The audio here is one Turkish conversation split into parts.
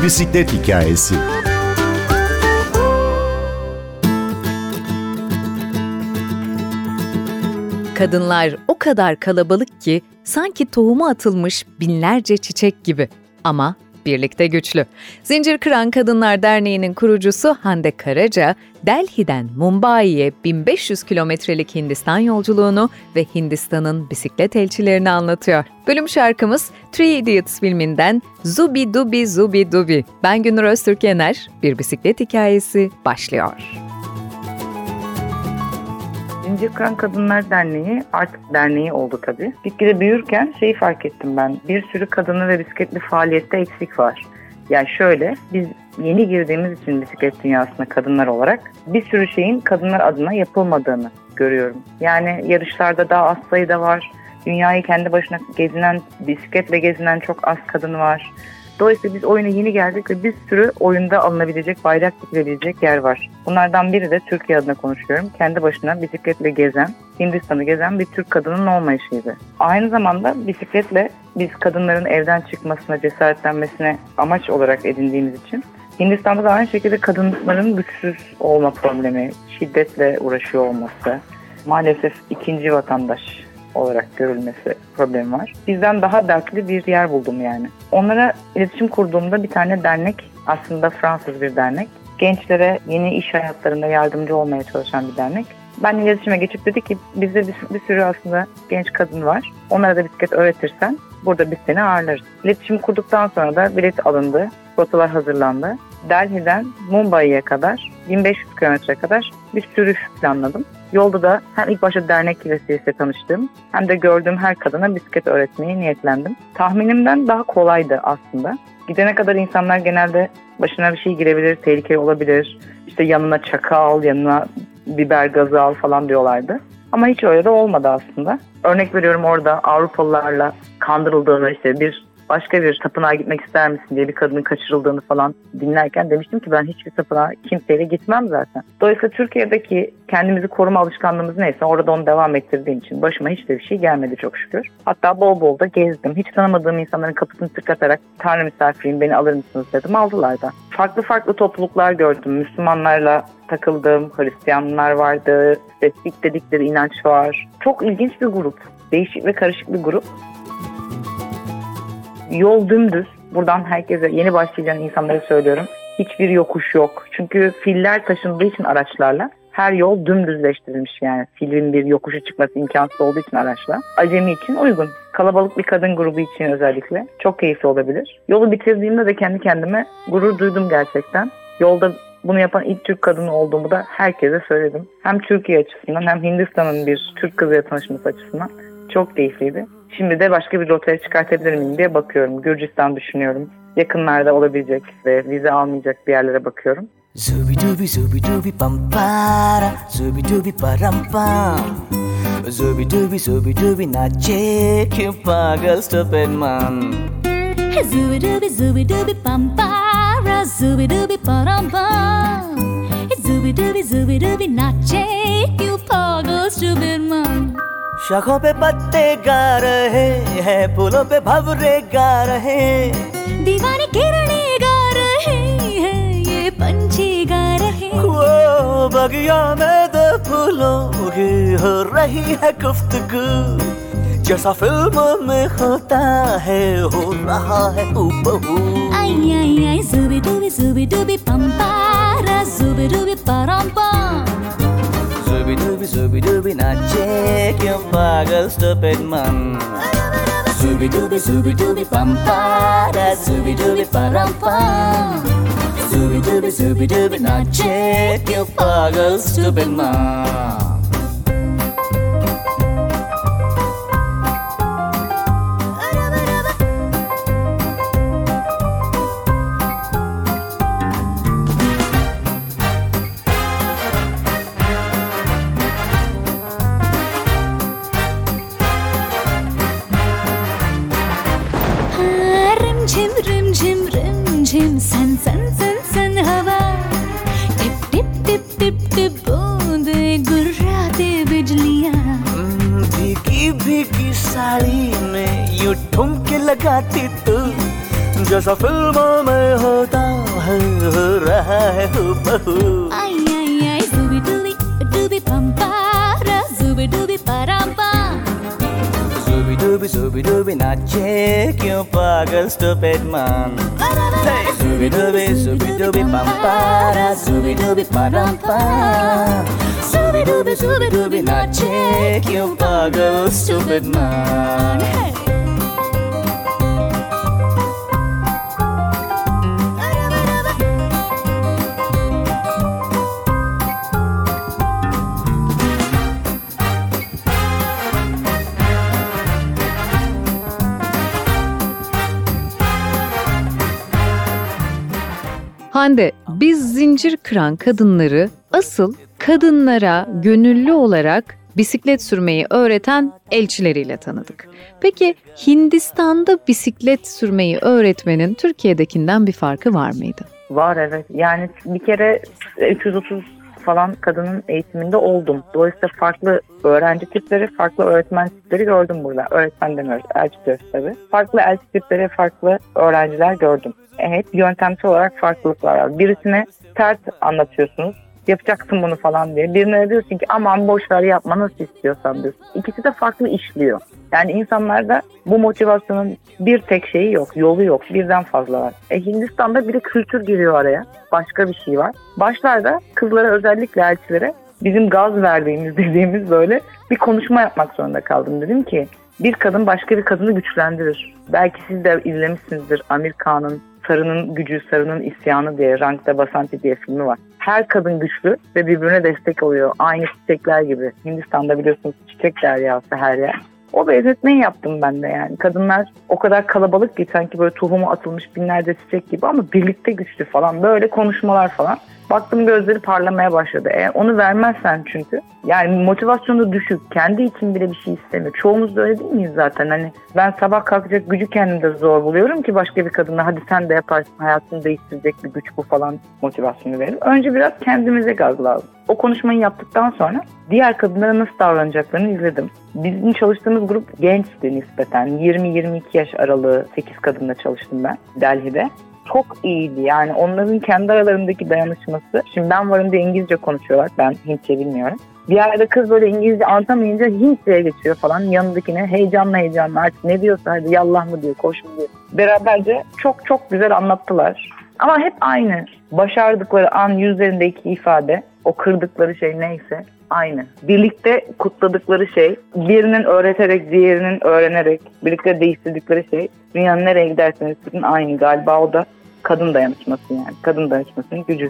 Bir bisiklet hikayesi. Kadınlar o kadar kalabalık ki sanki tohumu atılmış binlerce çiçek gibi. Ama birlikte güçlü. Zincir Kıran Kadınlar Derneği'nin kurucusu Hande Karaca, Delhi'den Mumbai'ye 1500 kilometrelik Hindistan yolculuğunu ve Hindistan'ın bisiklet elçilerini anlatıyor. Bölüm şarkımız Three Idiots filminden Zubi Dubi Zubi Dubi. Ben Gündür Öztürk Yener, Bir Bisiklet Hikayesi başlıyor. Zincir Kıran Kadınlar Derneği artık derneği oldu tabii. Gitgide büyürken şeyi fark ettim ben. Bir sürü kadını ve bisikletli faaliyette eksik var. Yani şöyle, biz yeni girdiğimiz için bisiklet dünyasına kadınlar olarak bir sürü şeyin kadınlar adına yapılmadığını görüyorum. Yani yarışlarda daha az sayıda var. Dünyayı kendi başına gezinen, bisikletle gezinen çok az kadın var. Dolayısıyla biz oyuna yeni geldik ve bir sürü oyunda alınabilecek, bayrak dikilebilecek yer var. Bunlardan biri de Türkiye adına konuşuyorum. Kendi başına bisikletle gezen, Hindistan'ı gezen bir Türk kadının olmayışıydı. Aynı zamanda bisikletle biz kadınların evden çıkmasına, cesaretlenmesine amaç olarak edindiğimiz için Hindistan'da da aynı şekilde kadınların güçsüz olma problemi, şiddetle uğraşıyor olması, maalesef ikinci vatandaş olarak görülmesi problemi var. Bizden daha dertli bir yer buldum yani. Onlara iletişim kurduğumda bir tane dernek, aslında Fransız bir dernek. Gençlere yeni iş hayatlarında yardımcı olmaya çalışan bir dernek. Ben iletişime geçip dedi ki bizde bir sürü aslında genç kadın var. Onlara da bisiklet öğretirsen burada biz seni ağırlarız. İletişim kurduktan sonra da bilet alındı, rotalar hazırlandı. Delhi'den Mumbai'ye kadar 1500 kilometre kadar bir sürüş planladım. Yolda da hem ilk başta dernek vesilesiyle tanıştım hem de gördüğüm her kadına bisiklet öğretmeye niyetlendim. Tahminimden daha kolaydı aslında. Gidene kadar insanlar genelde başına bir şey girebilir, tehlikeli olabilir. İşte yanına çakı al, yanına biber gazı al falan diyorlardı. Ama hiç öyle de olmadı aslında. Örnek veriyorum, orada Avrupalılarla kandırıldığını, işte başka bir tapınağa gitmek ister misin diye bir kadının kaçırıldığını falan dinlerken demiştim ki ben hiçbir tapınağa kimseyle gitmem zaten. Dolayısıyla Türkiye'deki kendimizi koruma alışkanlığımız neyse orada onu devam ettirdiğim için başıma hiç de bir şey gelmedi çok şükür. Hatta bol bol da gezdim. Hiç tanımadığım insanların kapısını tıklatarak Tanrı misafiriyim beni alır mısınız dedim, aldılar da. Farklı topluluklar gördüm. Müslümanlarla takıldım, Hristiyanlar vardı, Sikh dedikleri inanç var. Çok ilginç bir grup. Değişik ve karışık bir grup. Yol dümdüz. Buradan herkese, yeni başlayan insanlara söylüyorum. Hiçbir yokuş yok. Çünkü filler taşındığı için araçlarla her yol dümdüzleştirilmiş yani. Filin bir yokuşu çıkması imkansız olduğu için araçla. Acemi için uygun. Kalabalık bir kadın grubu için özellikle çok keyifli olabilir. Yolu bitirdiğimde de kendi kendime gurur duydum gerçekten. Yolda bunu yapan ilk Türk kadını olduğumu da herkese söyledim. Hem Türkiye açısından hem Hindistan'ın bir Türk kızıyla tanışması açısından çok keyifliydi. Şimdi de başka bir rotaya çıkartabilir miyim diye bakıyorum. Gürcistan düşünüyorum. Yakınlarda olabilecek ve vize almayacak bir yerlere bakıyorum. Zubi-dubi zubi-dubi pampara, zubi-dubi parampam. Zubi-dubi zubi-dubi nache kyun pagal stupid man. Zubi-dubi zubi-dubi pampara, zubi-dubi parampam. Zubi-dubi zubi-dubi nache kyun pagal stupid man. शाखों पे पत्ते गा रहे हैं, फूलों पे भंवरे गा रहे हैं, दीवानी किरणें गा रहे हैं, ये पंछी गा रहे हैं। वो बगिया में दो फूलों की हो रही है गुफ्तगू, जैसा फिल्मों में होता है हो रहा है हूबहू। आई आई आई जुबी दुबी पंपारा, जुबी दुबी परम्पम। Zubi-dubi nache kyun pagal stupid man. Zubi-dubi pampara, zubi-dubi parampam. Zubi-dubi nache kyun pagal stupid man. झिम सन सन सन सन हवा, टिप टिप टिप टिप टिप बूंदे गुर्राते बिजलियां। भीगी भीगी साड़ी में यूं ठुमके लगाती तू, जैसा फिल्मों में होता है हो रहा है हूबहू Ay, ay, ay, zubi dubi, dubi pampara, zubi dubi parampa. Zubi dubi नाचे क्यों पागल stupid man Hey, zubi dubi pampara, zubi dubi parampa Zubi dubi नाचे क्यों पागल stupid man Hey. Hande, biz zincir kıran kadınları asıl kadınlara gönüllü olarak bisiklet sürmeyi öğreten elçileriyle tanıdık. Peki Hindistan'da bisiklet sürmeyi öğretmenin Türkiye'dekinden bir farkı var mıydı? Var, evet. Yani bir kere 330 falan kadının eğitiminde oldum. Dolayısıyla farklı öğrenci tipleri, farklı öğretmen tipleri gördüm burada. Öğretmen demiyoruz, elçi diyoruz tabii. Farklı elçi tipleri, farklı öğrenciler gördüm. Evet, yöntemsel olarak farklılıklar var. Birisine sert anlatıyorsunuz, yapacaksın bunu falan diye. Birine diyorsun ki aman boşver yapma, nasıl istiyorsan diyorsun. İkisi de farklı işliyor. Yani insanlarda bu motivasyonun bir tek şeyi yok, yolu yok, birden fazla var. Hindistan'da bir de kültür giriyor araya, başka bir şey var. Başlarda kızlara, özellikle elçilere bizim gaz verdiğimiz dediğimiz böyle bir konuşma yapmak zorunda kaldım. Dedim ki bir kadın başka bir kadını güçlendirir. Belki siz de izlemişsinizdir Amir Khan'ın Sarının Gücü, Sarının İsyanı diye, Rangda Basanti diye filmi var. Her kadın güçlü ve birbirine destek oluyor. Aynı çiçekler gibi. Hindistan'da biliyorsunuz çiçek deryası her yer. O benzetmeyi yaptım ben de yani. Kadınlar o kadar kalabalık ki sanki böyle tohumu atılmış binlerce çiçek gibi ama birlikte güçlü falan. Böyle konuşmalar falan. Baktım gözleri parlamaya başladı. Onu vermezsen çünkü yani motivasyonu düşük. Kendi için bile bir şey istemiyor. Çoğumuz da öyle değil miyiz zaten? Hani ben sabah kalkacak gücü kendimde zor buluyorum ki başka bir kadına hadi sen de yaparsın, hayatını değiştirecek bir güç bu falan motivasyonu verir. Önce biraz kendimize gaz lazım. O konuşmayı yaptıktan sonra diğer kadınlara nasıl davranacaklarını izledim. Bizim çalıştığımız grup gençti nispeten. 20-22 yaş aralığı 8 kadınla çalıştım ben Delhi'de. Çok iyiydi yani onların kendi aralarındaki dayanışması. Şimdi ben varım diye İngilizce konuşuyorlar. Ben Hintçe bilmiyorum. Bir yerde kız böyle İngilizce anlatamayınca Hintçe'ye geçiyor falan. Yanındakine heyecanla artık ne diyorsa hadi yallah mı diyor, koş mu diyor. Beraberce çok çok güzel anlattılar. Ama hep aynı. Başardıkları an yüzlerindeki ifade, o kırdıkları şey neyse aynı. Birlikte kutladıkları şey, birinin öğreterek, diğerinin öğrenerek birlikte değiştirdikleri şey, dünyanın nereye giderseniz gidin aynı. Galiba o da kadın dayanışması yani. Kadın dayanışmasının gücü.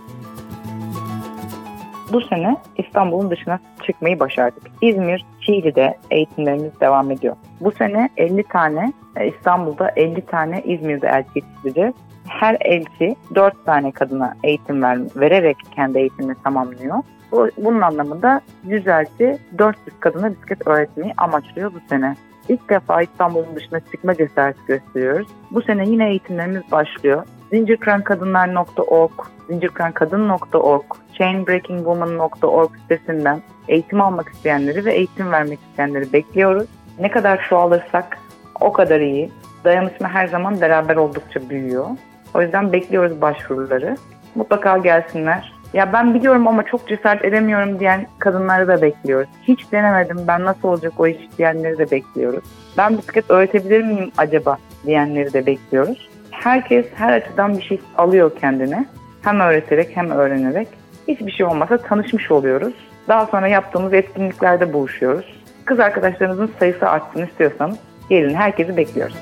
Bu sene İstanbul'un dışına çıkmayı başardık. İzmir, Çiğli'de eğitimlerimiz devam ediyor. Bu sene 50 tane İstanbul'da, 50 tane İzmir'de elçi yetiştireceğiz. Her elçi 4 tane kadına eğitim vererek kendi eğitimini tamamlıyor. Bunun anlamında 100 elçi 400 kadına bisiklet öğretmeyi amaçlıyor bu sene. İlk defa İstanbul'un dışına çıkma cesareti gösteriyoruz. Bu sene yine eğitimlerimiz başlıyor. zincirkırankadınlar.org, zincirkırankadın.org, chainbreakingwoman.org sitesinden eğitim almak isteyenleri ve eğitim vermek isteyenleri bekliyoruz. Ne kadar çoğalırsak o kadar iyi. Dayanışma her zaman beraber oldukça büyüyor. O yüzden bekliyoruz başvuruları. Mutlaka gelsinler. Ya ben biliyorum ama çok cesaret edemiyorum diyen kadınları da bekliyoruz. Hiç denemedim, ben nasıl olacak o iş diyenleri de bekliyoruz. Ben bisiklet öğretebilir miyim acaba diyenleri de bekliyoruz. Herkes her açıdan bir şey alıyor kendine. Hem öğreterek hem öğrenerek. Hiçbir şey olmasa tanışmış oluyoruz. Daha sonra yaptığımız etkinliklerde buluşuyoruz. Kız arkadaşlarınızın sayısı artsın istiyorsanız gelin, herkesi bekliyoruz.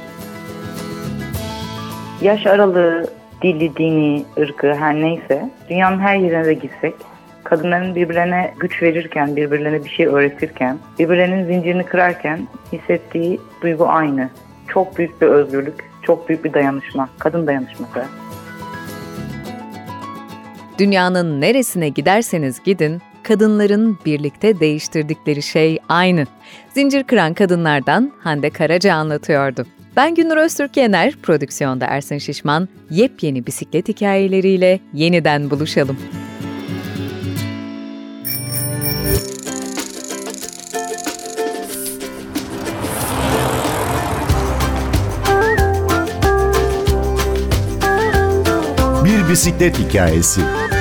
Yaş aralığı, dili, dini, ırkı her neyse dünyanın her yerine de gitsek kadınların birbirlerine güç verirken, birbirlerine bir şey öğretirken, birbirlerinin zincirini kırarken hissettiği duygu aynı. Çok büyük bir özgürlük, çok büyük bir dayanışma, kadın dayanışması. Dünyanın neresine giderseniz gidin, kadınların birlikte değiştirdikleri şey aynı. Zincir kıran kadınlardan Hande Karaca anlatıyordu. Ben Gündür Öztürk Yener, prodüksiyonda Ersin Şişman, yepyeni bisiklet hikayeleriyle yeniden buluşalım. bisiklet hikayesi.